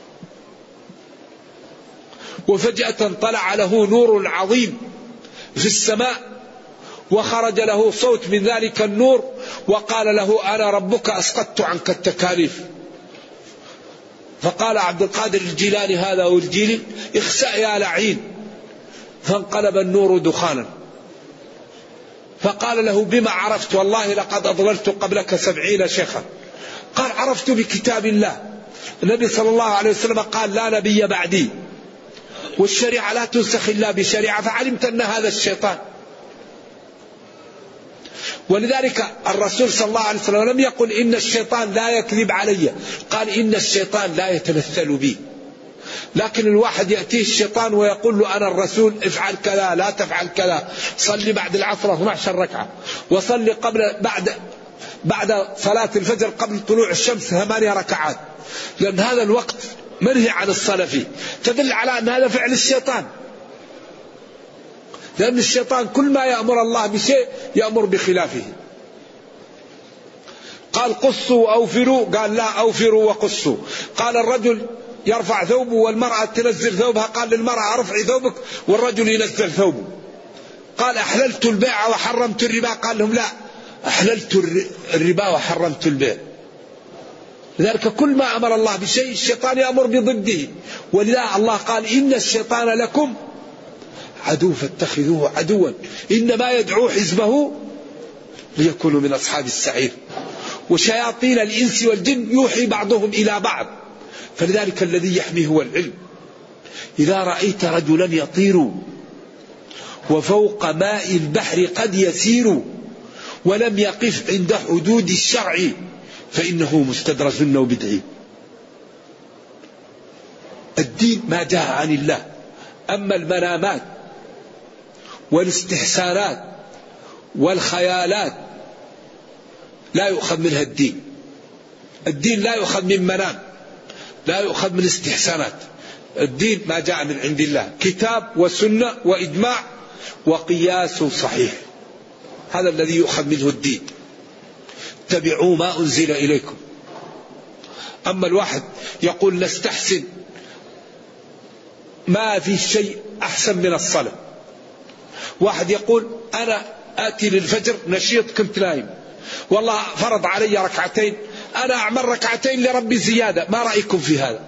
وفجأة طلع له نور عظيم في السماء، وخرج له صوت من ذلك النور وقال له أنا ربك أسقطت عنك التكاليف. فقال عبد القادر الجيلاني هذا والجيلي اخسأ يا لعين، فانقلب النور دخانا. فقال له بما عرفت؟ والله لقد أضللت قبلك 70 شيخا. قال عرفت بكتاب الله، النبي صلى الله عليه وسلم قال لا نبي بعدي، والشريعة لا تنسخ إلا بشريعة، فعلمت أن هذا الشيطان. ولذلك الرسول صلى الله عليه وسلم لم يقل إن الشيطان لا يكذب علي، قال إن الشيطان لا يتمثل بي. لكن الواحد يأتيه الشيطان ويقول له أنا الرسول افعل كذا لا تفعل كذا، صلي بعد العصر 12 ركعة، وصلي بعد صلاة الفجر قبل طلوع الشمس 8 ركعات، لأن هذا الوقت منهي عن الصلاة فيه، تدل على أن هذا فعل الشيطان. لأن الشيطان كل ما يأمر الله بشيء يأمر بخلافه. قال قصوا وأوفروا، قال لا أوفروا وقصوا. قال الرجل يرفع ثوبه والمرأة تنزل ثوبها، قال للمرأة ارفعي ثوبك والرجل ينزل ثوبه. قال أحللت البيع وحرمت الربا، قال لهم لا أحللت الربا وحرمت البيع. لذلك كل ما أمر الله بشيء الشيطان يأمر بضده. ولذا الله قال إن الشيطان لكم عدو فاتخذوه عدوا إنما يدعو حزبه ليكونوا من أصحاب السعير. وشياطين الإنس والجن يوحي بعضهم إلى بعض. فلذلك الذي يحميه هو العلم. إذا رأيت رجلا يطير وفوق ماء البحر قد يسير ولم يقف عند حدود الشرع فإنه مستدرج وبدعي. الدين ما جاء عن الله. أما المنامات والاستحسانات والخيالات لا يؤخذ منها الدين. الدين لا يؤخذ من منام، لا يؤخذ من استحسانات. الدين ما جاء من عند الله، كتاب وسنة وإجماع وقياس صحيح، هذا الذي يؤخذ منه الدين. اتبعوا ما أنزل إليكم. أما الواحد يقول نستحسن، ما في شيء أحسن من الصلاة. واحد يقول أنا آتي للفجر نشيط كنت نايم، والله فرض علي ركعتين، أنا أعمل ركعتين لربي زيادة، ما رأيكم في هذا؟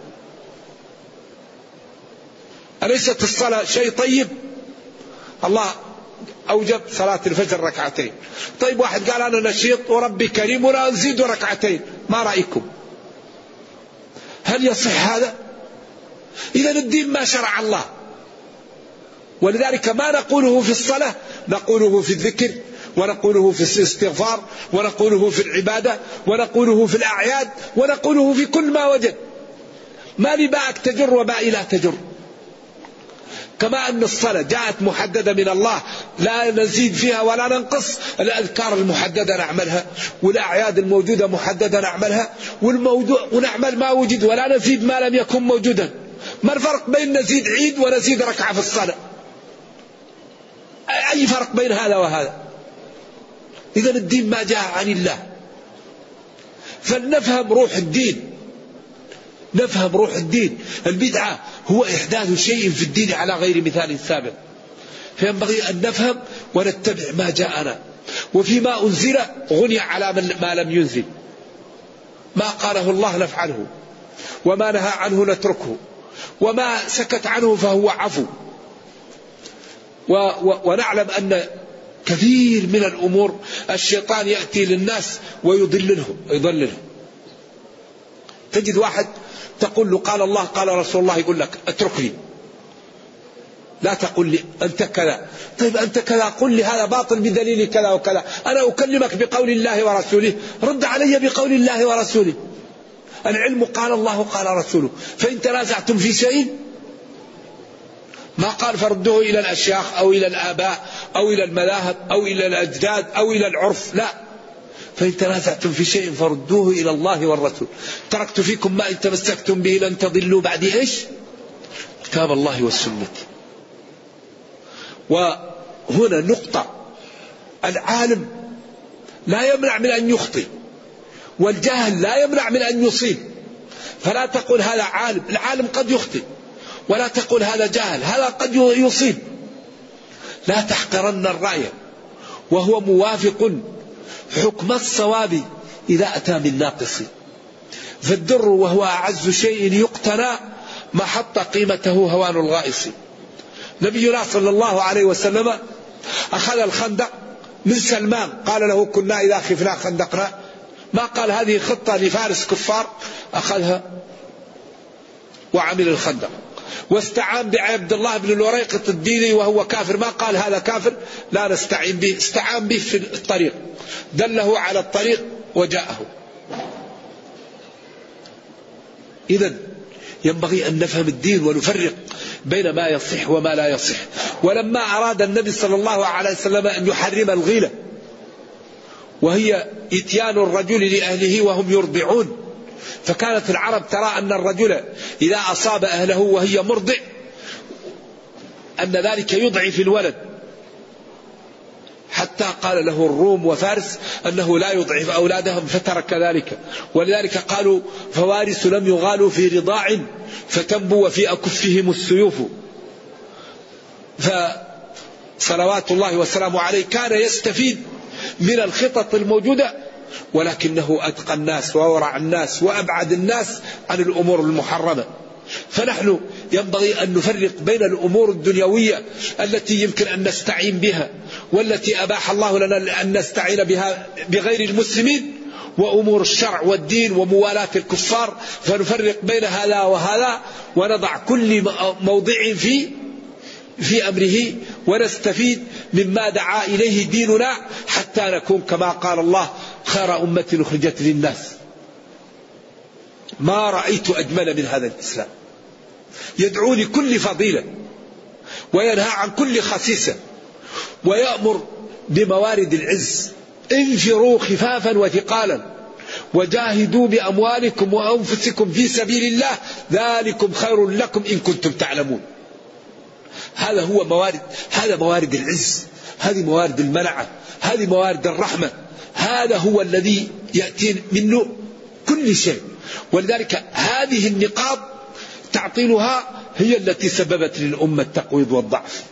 أليست الصلاة شيء طيب؟ الله أوجب صلاة الفجر ركعتين. طيب واحد قال أنا نشيط وربي كريم ولا نزيد ركعتين، ما رأيكم؟ هل يصح هذا؟ إذا الدين ما شرع الله. ولذلك ما نقوله في الصلاة نقوله في الذكر، ونقوله في الاستغفار، ونقوله في العبادة، ونقوله في الأعياد، ونقوله في كل ما وجد. ما لباءك تجر وباء لا تجر. كما أن الصلاة جاءت محددة من الله لا نزيد فيها ولا ننقص. الأذكار المحددة نعملها، والأعياد الموجودة محددة نعملها، ونعمل ما وجد ولا نزيد ما لم يكن موجودا. ما الفرق بين نزيد عيد ونزيد ركعة في الصلاة؟ أي فرق بين هذا وهذا؟ إذا الدين ما جاء عن الله. فلنفهم روح الدين، نفهم روح الدين. البدعة هو إحداث شيء في الدين على غير مثال سابق. فينبغي أن نفهم ونتبع ما جاءنا. وفيما أنزل غني على ما لم ينزل. ما قاله الله نفعله، وما نهى عنه نتركه، وما سكت عنه فهو عفو. ونعلم أن كثير من الأمور الشيطان يأتي للناس ويضللهم. تجد واحد تقول له قال الله قال رسول الله، يقول لك اتركني، لا تقول لي أنت كذا. طيب أنت كذا، قل لي هذا باطل بدليل كذا وكذا. أنا أكلمك بقول الله ورسوله، رد علي بقول الله ورسوله. العلم قال الله قال رسوله. فإن تنازعتم في شيء ما قال فردوه إلى الأشياخ أو إلى الآباء أو إلى المذاهب أو إلى الأجداد أو إلى العرف، لا، فإن تنازعتم في شيء فردوه إلى الله والرسول. تركت فيكم ما إن تمسكتم به لن تضلوا بعد إيش؟ كتاب الله والسنة. وهنا نقطة، العالم لا يمنع من أن يخطئ، والجاهل لا يمنع من أن يصيب، فلا تقول هذا عالم، العالم قد يخطئ، ولا تقول هذا جاهل، هذا قد يصيب. لا تحقرن الرأي وهو موافق حكم الصواب إذا أتى من ناقص، فالدر وهو أعز شيء يقتنى ما حط قيمته هوان الغائص. نبينا صلى الله عليه وسلم أخذ الخندق من سلمان، قال له كنا إذا خفنا خندقنا، ما قال هذه خطة لفارس كفار، أخذها وعمل الخندق. واستعان بعبد الله بن الوريقة الديني وهو كافر، ما قال هذا كافر لا نستعين به، استعان به في الطريق، دله على الطريق وجاءه. إذن ينبغي أن نفهم الدين ونفرق بين ما يصح وما لا يصح. ولما أراد النبي صلى الله عليه وسلم أن يحرم الغيلة، وهي إتيان الرجل لأهله وهم يرضعون، فكانت العرب ترى أن الرجل إذا أصاب أهله وهي مرضع أن ذلك يضعف الولد، حتى قال له الروم وفارس أنه لا يضعف أولادهم فترك ذلك. ولذلك قالوا فوارس لم يغالوا في رضاع فتنبو وفي أكفهم السيوف. فصلوات الله وسلامه عليه كان يستفيد من الخطط الموجودة، ولكنه أتقى الناس وورع الناس وأبعد الناس عن الأمور المحرمة. فنحن ينبغي أن نفرق بين الأمور الدنيوية التي يمكن أن نستعين بها والتي أباح الله لنا أن نستعين بها بغير المسلمين، وأمور الشرع والدين وموالاة الكفار، فنفرق بين هذا وهذا ونضع كل موضع في أمره ونستفيد مما دعا إليه ديننا، حتى نكون كما قال الله خير أمة أخرجت للناس. ما رأيت أجمل من هذا الإسلام، يدعو لكل فضيلة وينهى عن كل خسيسة ويأمر بموارد العز. انفروا خفافا وثقالا وجاهدوا بأموالكم وأنفسكم في سبيل الله ذلكم خير لكم إن كنتم تعلمون. هذا هو موارد، هذا موارد العز، هذه موارد المنعة، هذه موارد الرحمة، هذا هو الذي يأتي منه كل شيء. ولذلك هذه النقاط تعطيلها هي التي سببت للأمة التقويض والضعف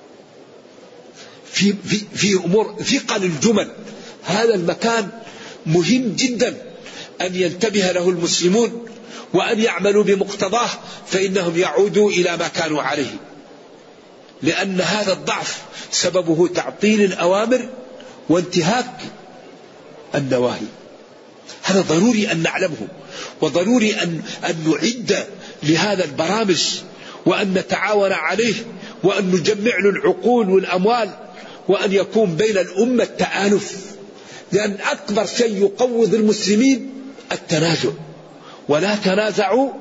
في أمور ثقل الجمل. هذا المكان مهم جدا أن ينتبه له المسلمون وأن يعملوا بمقتضاه، فإنهم يعودوا إلى ما كانوا عليه، لأن هذا الضعف سببه تعطيل الأوامر وانتهاك النواهي. هذا ضروري أن نعلمه، وضروري أن نعد لهذا البرامج وأن نتعاون عليه وأن نجمع له العقول والأموال، وأن يكون بين الأمة التآلف، لأن أكبر شيء يقوض المسلمين التنازع، ولا تنازعوا.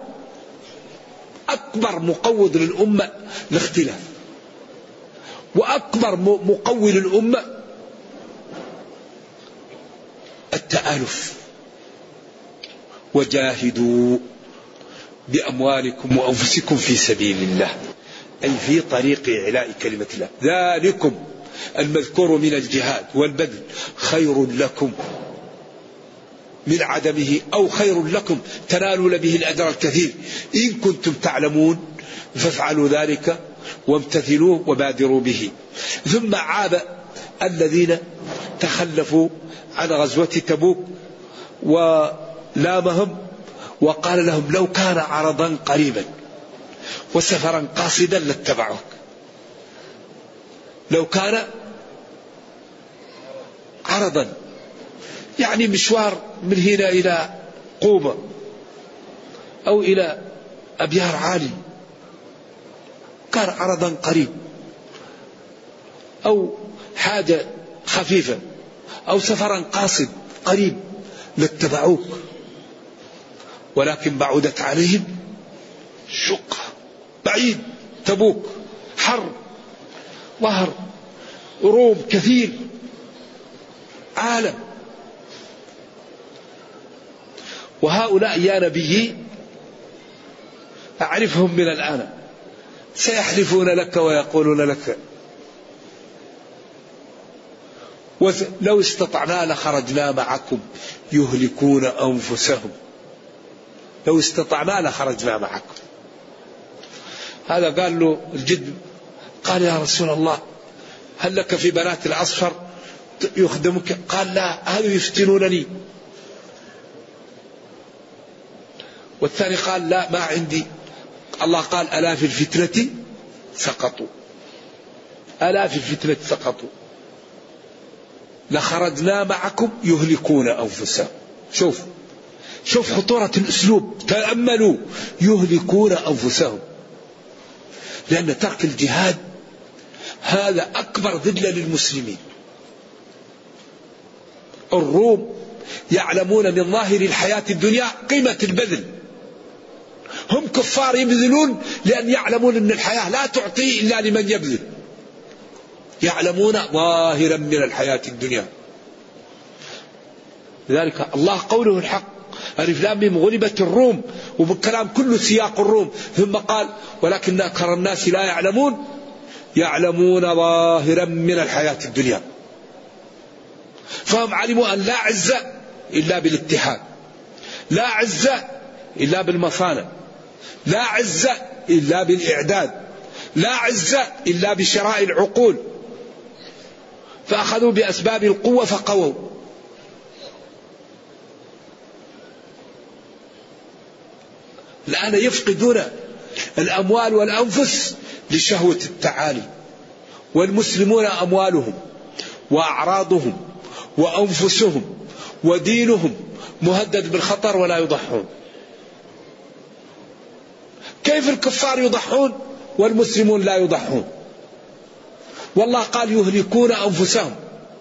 أكبر مقوض للأمة الاختلاف، وأكبر مقوي للأمة التآلف. وجاهدوا بأموالكم وأنفسكم في سبيل الله، أي في طريق إعلاء كلمة الله. ذلكم المذكور من الجهاد والبذل خير لكم من عدمه، أو خير لكم تنالون به الأجر الكثير إن كنتم تعلمون، فافعلوا ذلك وامتثلوا وبادروا به. ثم عاب الذين تخلفوا عن غزوة تبوك ولامهم وقال لهم لو كان عرضا قريبا وسفرا قاصدا لاتبعوك. لو كان عرضا يعني مشوار من هنا إلى قوبة أو إلى أبيار عالي، كان عرضا قريب أو حاجة خفيفة أو سفرا قاصد قريب لاتبعوك، ولكن بعدت عليهم شقة بعيد تبوك حرب، ظهر روم كثير، عالم. وهؤلاء يا نبي أعرفهم من الآن، سيحلفون لك ويقولون لك لو استطعنا لخرجنا معكم يهلكون أنفسهم، لو استطعنا لخرجنا معكم. هذا قال له الجد، قال يا رسول الله هل لك في بنات الأصفر يخدمك؟ قال لا، هذا يفتنونني. والثاني قال لا ما عندي. الله قال ألا في الفتنة سقطوا، ألا في الفتنة سقطوا لخرجنا معكم يهلكون أنفسهم. شوف خطورة الأسلوب، تأملوا، يهلكون أنفسهم. لأن ترك الجهاد هذا أكبر ذلة للمسلمين. الروم يعلمون من ظاهر الحياة الدنيا قيمة البذل، هم كفار يبذلون لأن يعلمون أن الحياة لا تعطي إلا لمن يبذل، يعلمون ظاهرا من الحياة الدنيا. لذلك الله قوله الحق، ألف لام ميم غلبت الروم، وبالكلام كله سياق الروم، ثم قال ولكن أكثر الناس لا يعلمون، يعلمون ظاهرا من الحياة الدنيا. فهم علموا أن لا عزة إلا بالاتحاد، لا عزة إلا بالمصانع، لا عزة إلا بالإعداد، لا عزة إلا بشراء العقول، فأخذوا بأسباب القوة فقووا. الآن يفقدون الأموال والأنفس لشهوة التعالي، والمسلمون أموالهم وأعراضهم وأنفسهم ودينهم مهدد بالخطر ولا يضحون. كيف الكفار يضحون والمسلمون لا يضحون؟ والله قال يهلكون أنفسهم،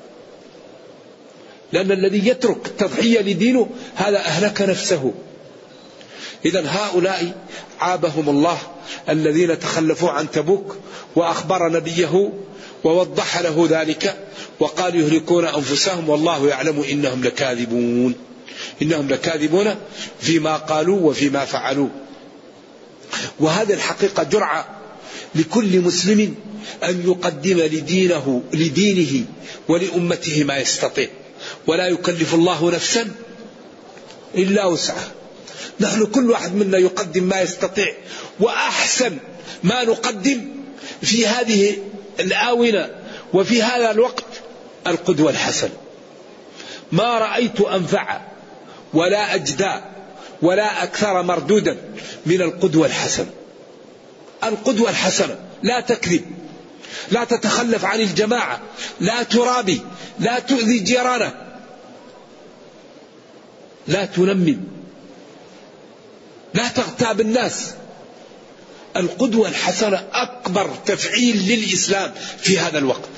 لأن الذي يترك التضحية لدينه هذا أهلك نفسه. إذن هؤلاء عابهم الله الذين تخلفوا عن تبوك، وأخبر نبيه ووضح له ذلك وقال يهلكون أنفسهم والله يعلم إنهم لكاذبون، إنهم لكاذبون فيما قالوا وفيما فعلوا. وهذه الحقيقة جرعة لكل مسلم أن يقدم لدينه ولأمته ما يستطيع، ولا يكلف الله نفسا إلا وسعها. نحن كل واحد منا يقدم ما يستطيع، وأحسن ما نقدم في هذه الآونة وفي هذا الوقت القدوة الحسنة. ما رأيت أنفع ولا أجدى ولا أكثر مردودا من القدوة الحسنة. القدوة الحسنة لا تكذب، لا تتخلف عن الجماعة، لا ترابي، لا تؤذي جيرانك، لا تنمم، لا تغتاب الناس. القدوة الحسنة أكبر تفعيل للإسلام في هذا الوقت.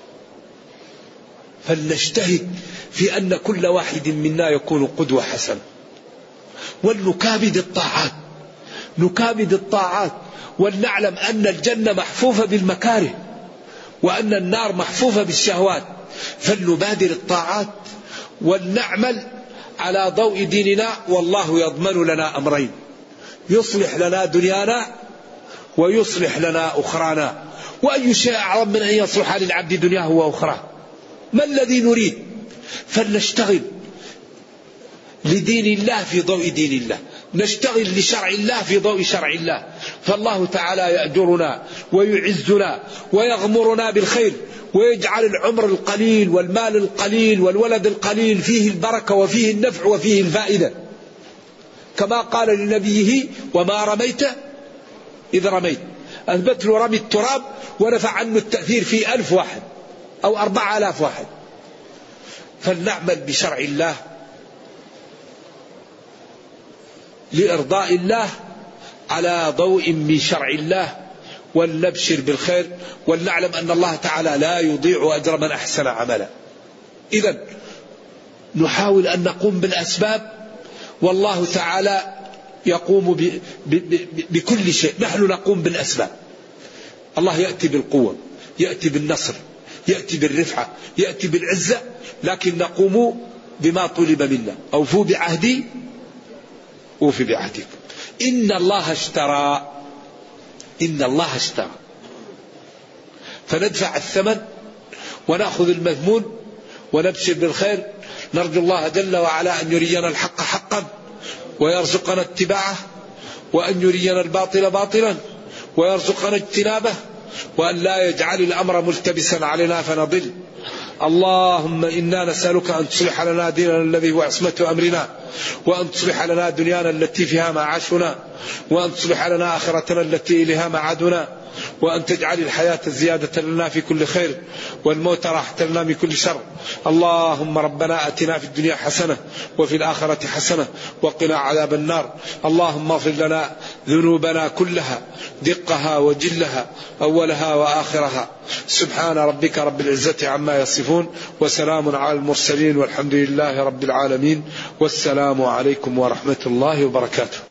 فلنجتهد في أن كل واحد منا يكون قدوة حسنة، ولنكابد الطاعات، نكابد الطاعات، ولنعلم أن الجنة محفوفة بالمكاره وأن النار محفوفة بالشهوات. فلنبادر الطاعات ولنعمل على ضوء ديننا، والله يضمن لنا أمرين: يصلح لنا دنيانا ويصلح لنا أخرانا. وأي شيء أعظم من أن يصلح للعبد دنياه وأخراه؟ ما الذي نريد؟ فلنشتغل لدين الله في ضوء دين الله، نشتغل لشرع الله في ضوء شرع الله. فالله تعالى يأجرنا ويعزنا ويغمرنا بالخير، ويجعل العمر القليل والمال القليل والولد القليل فيه البركة وفيه النفع وفيه الفائدة، كما قال لنبيه: وما رميت إذ رميت. أثبت له رمي التراب ونفع عنه التأثير في 1000 واحد أو 4000 واحد. فلنعمل بشرع الله لإرضاء الله على ضوء من شرع الله، ولنبشر بالخير، ولنعلم أن الله تعالى لا يضيع أجر من أحسن عملا. إذن نحاول أن نقوم بالأسباب، والله تعالى يقوم بكل شيء. نحن نقوم بالأسباب، الله يأتي بالقوة، يأتي بالنصر، يأتي بالرفعة، يأتي بالعزة، لكن نقوم بما طلب منا. أوفوا بعهدي أوفي بعهدكم. إن الله اشترى، إن الله اشترى، فندفع الثمن ونأخذ المذمون ونبشر بالخير. نرجو الله جل وعلا أن يرينا الحق حقا ويرزقنا اتباعه، وأن يرينا الباطل باطلا ويرزقنا اجتنابه، وأن لا يجعل الأمر ملتبسا علينا فنضل. اللهم إنا نسألك أن تصلح لنا ديننا الذي هو عصمة أمرنا، وأن تصلح لنا دنيانا التي فيها معاشنا، وأن تصلح لنا آخرتنا التي إليها معادنا، وأن تجعل الحياة زيادة لنا في كل خير والموت راحة لنا من كل شر. اللهم ربنا أتنا في الدنيا حسنة وفي الآخرة حسنة وقنا عذاب النار. اللهم اغفر لنا ذنوبنا كلها دقها وجلها أولها وآخرها. سبحان ربك رب العزة عما يصفون، وسلام على المرسلين، والحمد لله رب العالمين، والسلام عليكم ورحمة الله وبركاته.